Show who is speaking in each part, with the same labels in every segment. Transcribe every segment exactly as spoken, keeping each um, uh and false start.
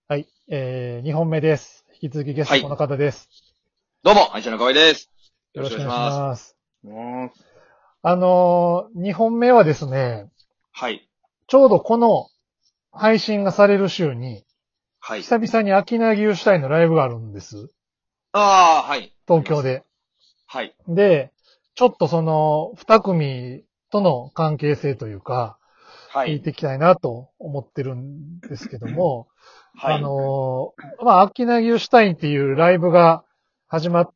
Speaker 1: はい。えー、にほんめです。引き続きゲストこの方です。
Speaker 2: どうも、愛車の河合です。よろしくお願いし
Speaker 1: よろしくお願いし
Speaker 2: ます。
Speaker 1: ます。あのー、にほんめはですね、
Speaker 2: はい。
Speaker 1: ちょうどこの配信がされる週に、
Speaker 2: はい。
Speaker 1: 久々に秋名牛主体のライブがあるんです。
Speaker 2: ああ、はい。あります。
Speaker 1: 東京で。
Speaker 2: はい。
Speaker 1: で、ちょっとその二組との関係性というか、
Speaker 2: はい。
Speaker 1: 聞いていきたいなと思ってるんですけども、あ
Speaker 2: はい。
Speaker 1: のー、まあ、秋名牛シュタインっていうライブが始まって、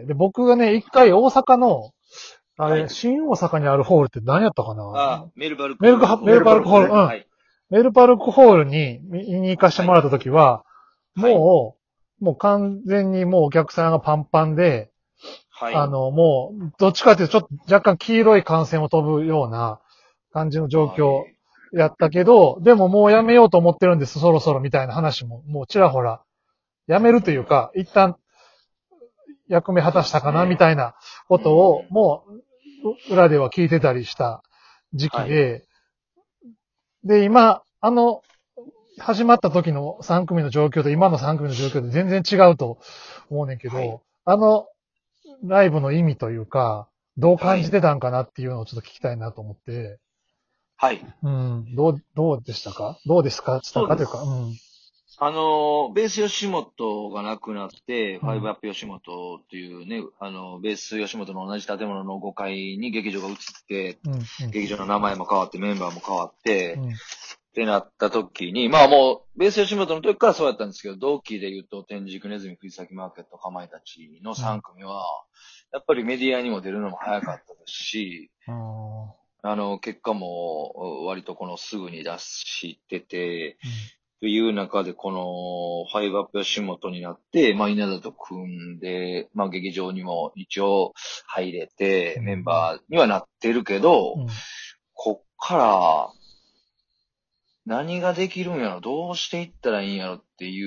Speaker 1: で、僕がね、一回大阪の、あれ、
Speaker 2: はい。
Speaker 1: 新大阪にあるホールって何やったかな。
Speaker 2: ああ、メルバルク
Speaker 1: メルカ、メル
Speaker 2: ホール。
Speaker 1: パルクホール、うん。
Speaker 2: はい。
Speaker 1: メルパルクホールに見に行かせて
Speaker 2: はい。
Speaker 1: もらった時は、
Speaker 2: はい。
Speaker 1: もう、もう完全にもうお客さんがパンパンで、
Speaker 2: はい。
Speaker 1: あの、もう、どっちかというとちょっと若干黄色い感染を飛ぶような感じの状
Speaker 2: はい。
Speaker 1: 況やったけど、でももうやめようと思ってるんです、そろそろみたいな話も、もうちらほら、やめるというか、一旦役目果たしたかな、みたいなことを、
Speaker 2: うん。
Speaker 1: もう、裏では聞いてたりした時期
Speaker 2: はい。
Speaker 1: で、で、今、あの、始まった時のさん組の状況と今のさん組の状況で全然違うと思うねんけ
Speaker 2: はい。
Speaker 1: ど、あのライブの意味というか、どう
Speaker 2: はい。
Speaker 1: 感じてたんかなっていうのをちょっと聞きたいなと思って、
Speaker 2: はい。
Speaker 1: うん、どう、どうでしたかどうですかした
Speaker 2: そうで
Speaker 1: かというか、う
Speaker 2: す。
Speaker 1: ん、
Speaker 2: あの、ベース吉本がなくなって、ファイブ
Speaker 1: うん、
Speaker 2: アップ吉本っていうね、あの、ベース吉本の同じ建物のごかいに劇場が移って、
Speaker 1: うん、うん、
Speaker 2: 劇場の名前も変わって、メンバーも変わって、
Speaker 1: うん、
Speaker 2: ってなった時に、まあもう、ベース吉本の時からそうやったんですけど、同期で言うと、天竺ネズミ、藤崎マーケット、かまいたちのさん組は、やっぱりメディアにも出るのも早かったですし、
Speaker 1: うん、
Speaker 2: あの、結果も割とこのすぐに出してて、
Speaker 1: うん、
Speaker 2: という中で、この、ファイブアップ吉本になって、まあ、稲田と組んで、まあ、劇場にも一応入れて、
Speaker 1: うん、
Speaker 2: メンバーにはなってるけど、
Speaker 1: うん、
Speaker 2: こっから、何ができるんやろ、どうしていったらいいんやろっていう、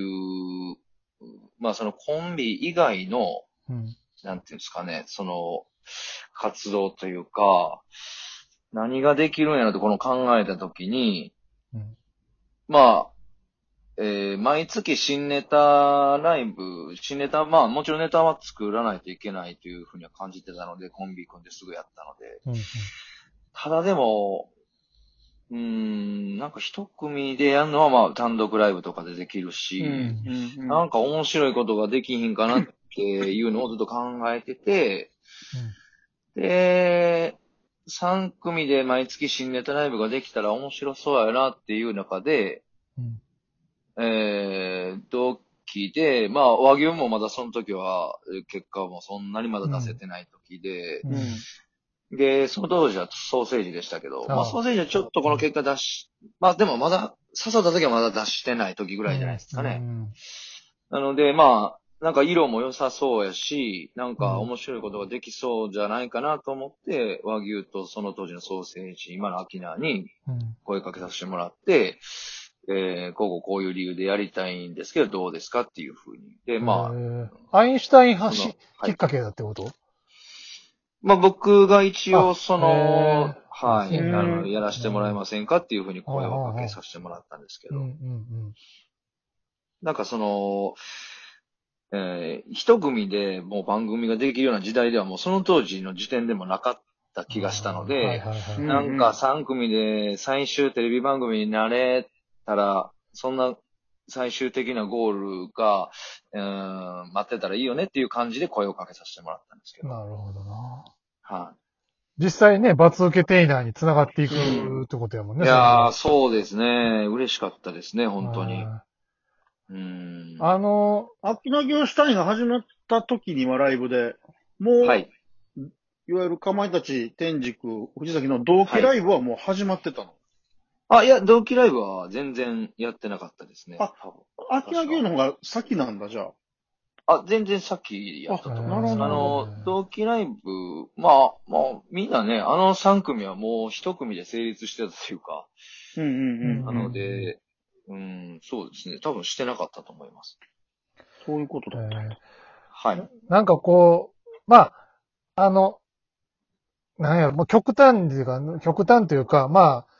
Speaker 2: まあそのコンビ以外の、
Speaker 1: うん、
Speaker 2: なんていうんですかね、その活動というか、何ができるんやろってこの考えたときに、
Speaker 1: うん、
Speaker 2: まあ、えー毎月新ネタライブ、新ネタ、まあもちろんネタは作らないといけないというふうには感じてたので、コンビ組んですぐやったので。
Speaker 1: うん、
Speaker 2: ただでも、うーん、なんか一組でやるのはまあ単独ライブとかでできる
Speaker 3: うん、
Speaker 2: し、
Speaker 3: うん、うん。
Speaker 2: なんか面白いことができひんかなっていうのをずっと考えてて、
Speaker 1: うん、
Speaker 2: で、さん組で毎月新ネタライブができたら面白そうやなっていう中で、
Speaker 1: うん、
Speaker 2: えー、同期で、まあ和牛もまだその時は結果もそんなにまだ出せてない時で、
Speaker 1: うん、
Speaker 3: うん。
Speaker 2: で、その当時はソーセージでしたけど、まあソ
Speaker 1: ああ、
Speaker 2: ーセージはちょっとこの結果出し、まあでもまだ、誘った時はまだ出してない時ぐらいじゃない
Speaker 1: うん、
Speaker 2: ですかね。
Speaker 1: うん、
Speaker 2: なのでまあ、なんか色も良さそうやし、なん
Speaker 1: うん、
Speaker 2: か面白いことができそうじゃないかなと思って、和牛とその当時のソーセージ、今のアキナに
Speaker 1: うん、
Speaker 2: 声かけさせてもらって、えー、こうこういう理由でやりたいんですけど、どうですかっていうふうに。で、
Speaker 1: え
Speaker 2: まあ、
Speaker 1: ー、アインシュタイン
Speaker 2: その、
Speaker 1: 発し
Speaker 2: はい。
Speaker 1: きっかけだってこと
Speaker 2: まあ僕が一
Speaker 1: あ、
Speaker 2: 応そ
Speaker 1: え
Speaker 2: の、
Speaker 1: ー、あ、
Speaker 2: はい、
Speaker 1: そうなんや。
Speaker 2: あの、やらせてもらえませんかっていうふうに
Speaker 1: ああ、
Speaker 2: 声をかけ
Speaker 1: ああ、
Speaker 2: させてもらったんですけ
Speaker 1: うん、う
Speaker 2: ど、
Speaker 1: ん、
Speaker 2: なんかその、えー一組でもう番組ができるような時代ではもうその当時の時点でもなかった
Speaker 1: うん。
Speaker 2: 気がしたの
Speaker 1: ああ、はい
Speaker 2: で、
Speaker 1: はいはい。
Speaker 3: うん、
Speaker 2: なん
Speaker 3: うん。
Speaker 2: かさん組で最終テレビ番組になれたら、そんな最終的なゴールが、うーん、待ってたらいいよねっていう感じで声をかけさせてもらったんですけど、
Speaker 1: なるほどな。
Speaker 2: は
Speaker 1: 実際ね、罰受けテイナーに繋がっていく
Speaker 3: うん。
Speaker 1: ってことやもん
Speaker 2: い。い
Speaker 1: ね、それ
Speaker 2: やー、
Speaker 1: で。
Speaker 2: そうですね。嬉しかったですね、本当に。
Speaker 1: あ
Speaker 2: うーん。
Speaker 1: あの、
Speaker 3: 秋名行シュタインが始まった時にはライブで、も
Speaker 2: はい。
Speaker 3: う、いわゆるかまいたち、天竺、藤崎の同
Speaker 2: はい。
Speaker 3: 期ライブはもう始まってたの。
Speaker 2: あ、いや、同期ライブは全然やってなかったですね。
Speaker 3: あ、
Speaker 2: 多分。
Speaker 3: 秋名
Speaker 2: 確か。
Speaker 3: 行の方が先なんだ、じゃ
Speaker 2: あ、全然さっきやっ
Speaker 3: あ。あ、
Speaker 2: たと思います。
Speaker 3: なるほど、なるほど。
Speaker 2: あの、同期ライブ、まあ、まあ、みんなね、あのさん組はもうひと組で成立してたというか、
Speaker 3: うん、うん、うん、
Speaker 2: な
Speaker 3: うん。
Speaker 2: ので、うん、そうですね。多分してなかったと思います。
Speaker 3: そういうこと
Speaker 1: え
Speaker 3: だったんだ。
Speaker 1: ー
Speaker 2: はい。
Speaker 1: なんかこう、まあ、あの、なんやろ、もう極端っていうか、極端というか、まあ、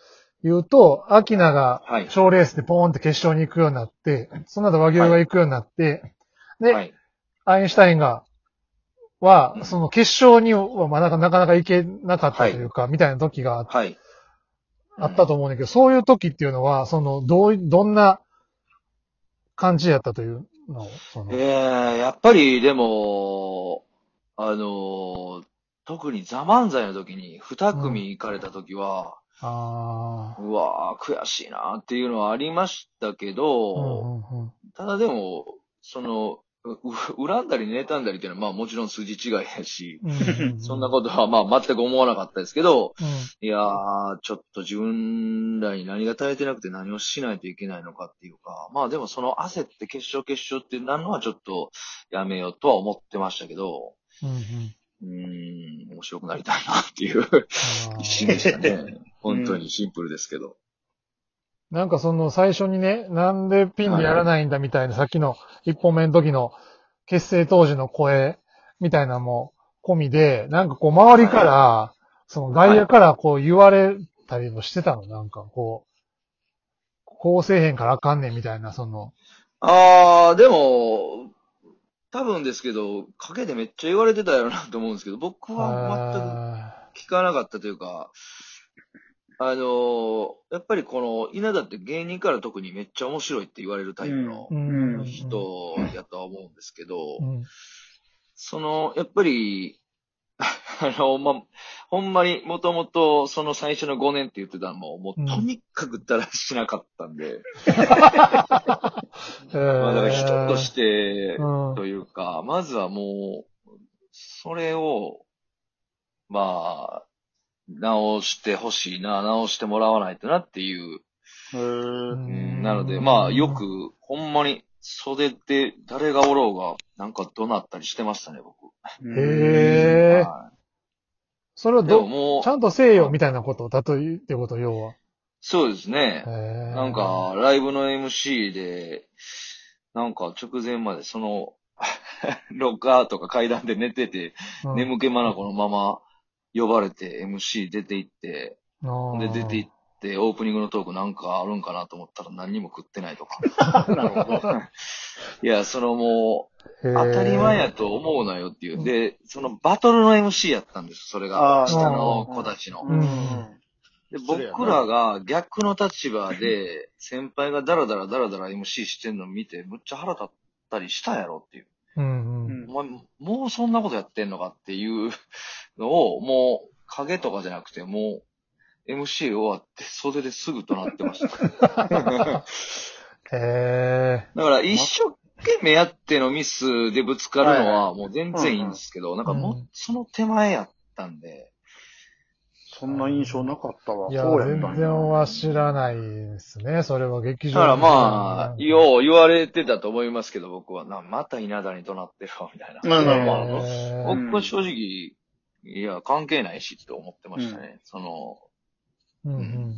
Speaker 1: 言うと、アキナが
Speaker 2: はい。
Speaker 1: 賞レースでポーンって決勝に行くようになって、その後和牛が行くようになって、で、
Speaker 2: はい。
Speaker 1: アインシュタインが、は、
Speaker 2: うん
Speaker 1: その決勝にはまあなかなかなか行けなかったというか、みたいな時が
Speaker 2: はい。
Speaker 1: あったと思うんだけど、そういう時っていうのは、その、どうい、どんな感じやったというのを、その、
Speaker 2: ええやっぱりでも、あのー特にザ・漫才の時に二組行かれた時は、
Speaker 1: あ
Speaker 2: うわー、悔しいなっていうのはありましたけ
Speaker 1: あ、
Speaker 2: ど、
Speaker 1: うんうんうん。
Speaker 2: ただでも、その、う、う恨んだり妬んだりっていうのはまあもちろん筋違いやし、
Speaker 1: うんうんうん、
Speaker 2: そんなことはまあ全く思わなかったですけど、
Speaker 1: うん。
Speaker 2: いやー、ちょっと自分らに何が足りてなくて何をしないといけないのかっていうか、まあでもその焦って決勝決勝ってなるのはちょっとやめようとは思ってましたけど、
Speaker 1: うんうん。
Speaker 2: うーん、面白くなりたいなっていう
Speaker 1: あ
Speaker 2: 一心でした
Speaker 1: ー
Speaker 2: ね。本当にシンプルですけど。
Speaker 1: なんかその最初にね、なんでピンでやらないんだみたいな、さっきの一本目の時の結成当時の声みたいなのも込みで、なんかこう周りから、その外野からこう言われたりもしてたの、なんかこう、こうせえへんからあかんねんみたいな、その、
Speaker 2: あー、でも、多分ですけど、陰でめっちゃ言われてたやろなと思うんですけど、僕は全く
Speaker 1: あ
Speaker 2: 聞かなかったというか、あのーやっぱりこの稲田って芸人から特にめっちゃ面白いって言われるタイプの
Speaker 1: ーう
Speaker 3: うん
Speaker 1: ん。
Speaker 2: 人やとは思うんですけど、
Speaker 1: うん。
Speaker 2: その、やっぱり、あの、ま、ほんまにもともとその最初のごねんって言ってたのも、も
Speaker 1: うん
Speaker 2: うとにかくだらしなかったんで、
Speaker 1: えー
Speaker 2: まあだから人として
Speaker 1: うん
Speaker 2: というか、まずはもう、それを、まあ、直してほしいな、直してもらわないとなっていう。
Speaker 3: へー
Speaker 2: うん、なので、まあ、よく、ほんまに、袖で誰がおろうが、なんか怒鳴ったりしてましたね、僕。
Speaker 1: へえ。
Speaker 2: はい
Speaker 1: それは
Speaker 2: でも
Speaker 1: ど、
Speaker 2: もう
Speaker 1: ちゃんとせえよみたいなことを、たとえってこと、要は。
Speaker 2: そうですね。
Speaker 1: へえ。
Speaker 2: なんか、ライブの エムシー で、なんか直前までその、ロッカーとか階段で寝てて、
Speaker 1: うん、
Speaker 2: 眠気まなこのまま呼ばれて エムシー 出て行って、ほんで出て行ってオープニングのトークなんかあるんかなと思ったら何にも食ってないとか。
Speaker 3: なるほど。
Speaker 2: いや、そのもう、
Speaker 1: へー
Speaker 2: 当たり前やと思うなよっていう。で、そのバトルの エムシー やったんです、それが。
Speaker 3: あー
Speaker 2: 下の子たちの。
Speaker 3: うん。
Speaker 2: で、
Speaker 3: 失礼やな
Speaker 2: 僕らが逆の立場で、先輩がダラダラダラダラ エムシー してんの見て、むっちゃ腹立ったりしたやろっていう。
Speaker 1: うんうん。
Speaker 2: お前、もうそんなことやってんのかっていうのを、もう、影とかじゃなくて、もう、エムシー 終わって袖ですぐとなってました。だ
Speaker 1: へえ。
Speaker 2: から、一生懸命やってのミスでぶつかるのは、もう全然いいんですけど、なんかも
Speaker 1: うん
Speaker 2: う、その手前やったんで、
Speaker 3: そんな印象なかったわ。
Speaker 1: いや、
Speaker 3: そうやったんや
Speaker 1: 全然は知らないですね。それは劇場
Speaker 2: だからまあ、
Speaker 1: よ
Speaker 2: よう言われてたと思いますけど、僕は、な、また稲田に怒鳴ってるわ、みたいな。
Speaker 3: まあまあまあ
Speaker 2: まあ
Speaker 1: へー
Speaker 2: 僕は正直、いや、関係ないしって思ってましたね。その、
Speaker 1: うんうん。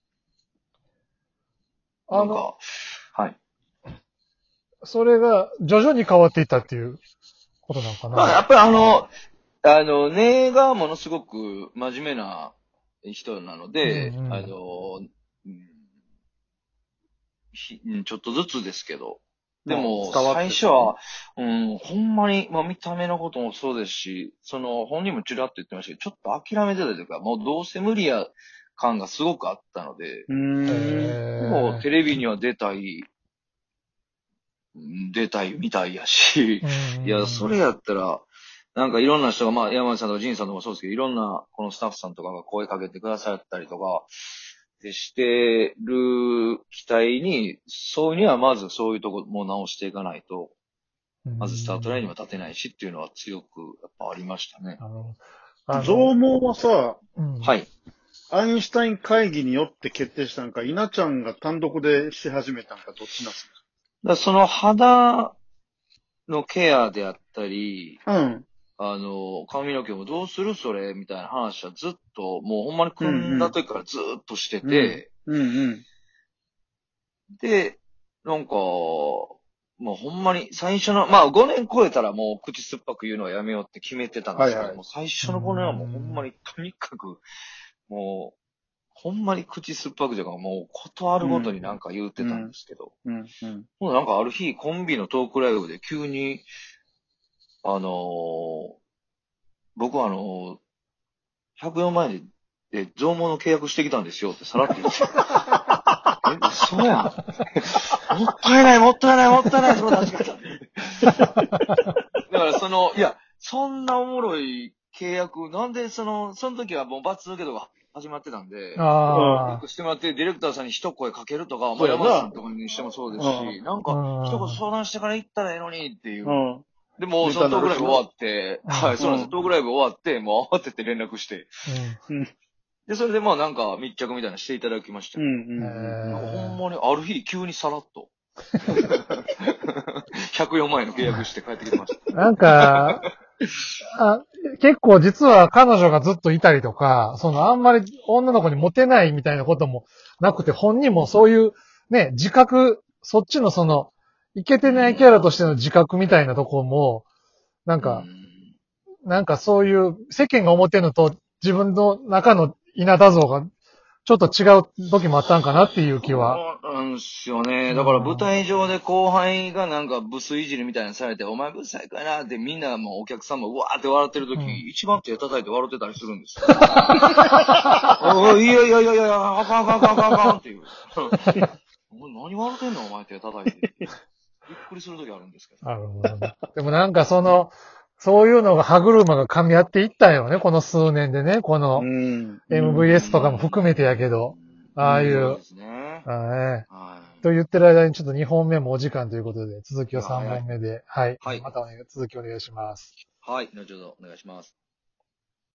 Speaker 1: あの、
Speaker 2: なんか、はい。
Speaker 1: それが徐々に変わっていったっていうことなのか
Speaker 2: まあ、や
Speaker 1: な。
Speaker 2: っぱりあの、あの、根がものすごく真面目な人なので、
Speaker 1: うんうん
Speaker 2: あの、うんひうんちょっとずつですけど、でも、
Speaker 3: まあ伝わってた
Speaker 2: 最初は、うん、ほんまに、まあ見た目のこともそうですし、その、本人もちらっと言ってましたけど、ちょっと諦めてたというか、もうどうせ無理や感がすごくあったので、
Speaker 3: うーん。
Speaker 1: へ
Speaker 2: もうテレビには出たい、うん出たいみたいやし、
Speaker 1: うん
Speaker 2: いや、それやったら、なんかいろんな人が、まあ、山内さんとか仁さんとかもそうですけど、いろんな、このスタッフさんとかが声かけてくださったりとか、でしてる期待に、そういうにはまずそういうとこも直していかないと、まずスタートラインには立てないしっていうのは強くやっぱありましたね。
Speaker 1: なるほどあの
Speaker 3: 増毛はさ、
Speaker 1: うん
Speaker 2: はい。
Speaker 3: アインシュタイン会議によって決定したんか、稲ちゃんが単独でし始めたんか、どっちなんす
Speaker 2: だからその肌のケアであったり、
Speaker 3: か？うん。
Speaker 2: あの、髪の毛もどうするそれみたいな話はずっと、もうほんまに組んだ時からずっとしてて、
Speaker 3: うんうん。
Speaker 2: で、なんか、もうほんまに最初の、まあごねん超えたらもう口酸っぱく言うのはやめようって決めてたんですけど、
Speaker 3: はいはい
Speaker 2: もう最初のごねんはもうほんまにとにかく、もう、 ほんまに口酸っぱくというか、もうことあるごとになんか言ってたんですけど、
Speaker 3: うん。うん。
Speaker 2: もうなんかある日コンビのトークライブで急に、あのー、僕はあのー、ひゃくよんまん円で増毛の契約してきたんですよってさらっと言って。え、そうやん。もったいない、もったいない、もったいない、その出し方。だからその、いや、そんなおもろい契約、なんでその、その時はもう罰受けとか始まってたんで、
Speaker 1: あ
Speaker 2: よくしてもらって、ディレクターさんに一声かけるとか、まあ
Speaker 3: そうやな
Speaker 2: 山田さんとかにしてもそうですし、
Speaker 3: うん
Speaker 2: なんか
Speaker 1: うん、
Speaker 2: 一言相談してから行ったらええのにっていう。
Speaker 3: うん。
Speaker 2: でも、そのトークライブ終わって、
Speaker 1: うん
Speaker 2: はい、そうなんですよ。
Speaker 3: うん
Speaker 2: トークライブ終わって、もう慌てて連絡して、
Speaker 1: うん。
Speaker 3: うん。
Speaker 2: で、それでまあなんか密着みたいなのしていただきました
Speaker 3: う
Speaker 2: けど、
Speaker 3: ん。
Speaker 1: え
Speaker 2: なんかほん
Speaker 1: ー
Speaker 2: まにある日急にさらっと、ひゃくよんまん円の契約して帰ってきてました。
Speaker 1: なんか、あ、結構実は彼女がずっといたりとか、そのあんまり女の子にモテないみたいなこともなくて、本人もそういうね、自覚、そっちのその、イケてないキャラとしての自覚みたいなとこも、なんか、なんかそういう世間が思ってるのと自分の中の稲田像がちょっと違う時もあったんかなっていう気は。
Speaker 2: そうなんですよね。だから舞台上で後輩がなんかブスいじりみたいなのされて、お前ブスやかなってみんなもお客さんもうわーって笑ってる時、
Speaker 1: うん
Speaker 2: 一番手叩いて笑ってたりするんですよ。おい、いやいやいやいや、あかんあかんあかんあかんあかんっていう。お前何笑ってんのお前手叩いて。びっくりする時あるんですけど。
Speaker 1: なるほどね。でもなんかその、そういうのが歯車が噛み合っていったよね、この数年でね、この
Speaker 3: うん。
Speaker 1: エムブイエス とかも含めてやけど、ああいう
Speaker 2: そうで、すね。
Speaker 1: はい
Speaker 2: はい。
Speaker 1: と言ってる間にちょっとにほんめもお時間ということで、続きをさんぼんめで、はい。
Speaker 2: はい
Speaker 1: またお願い続きお願いします。
Speaker 2: はい。後ほどお願いします。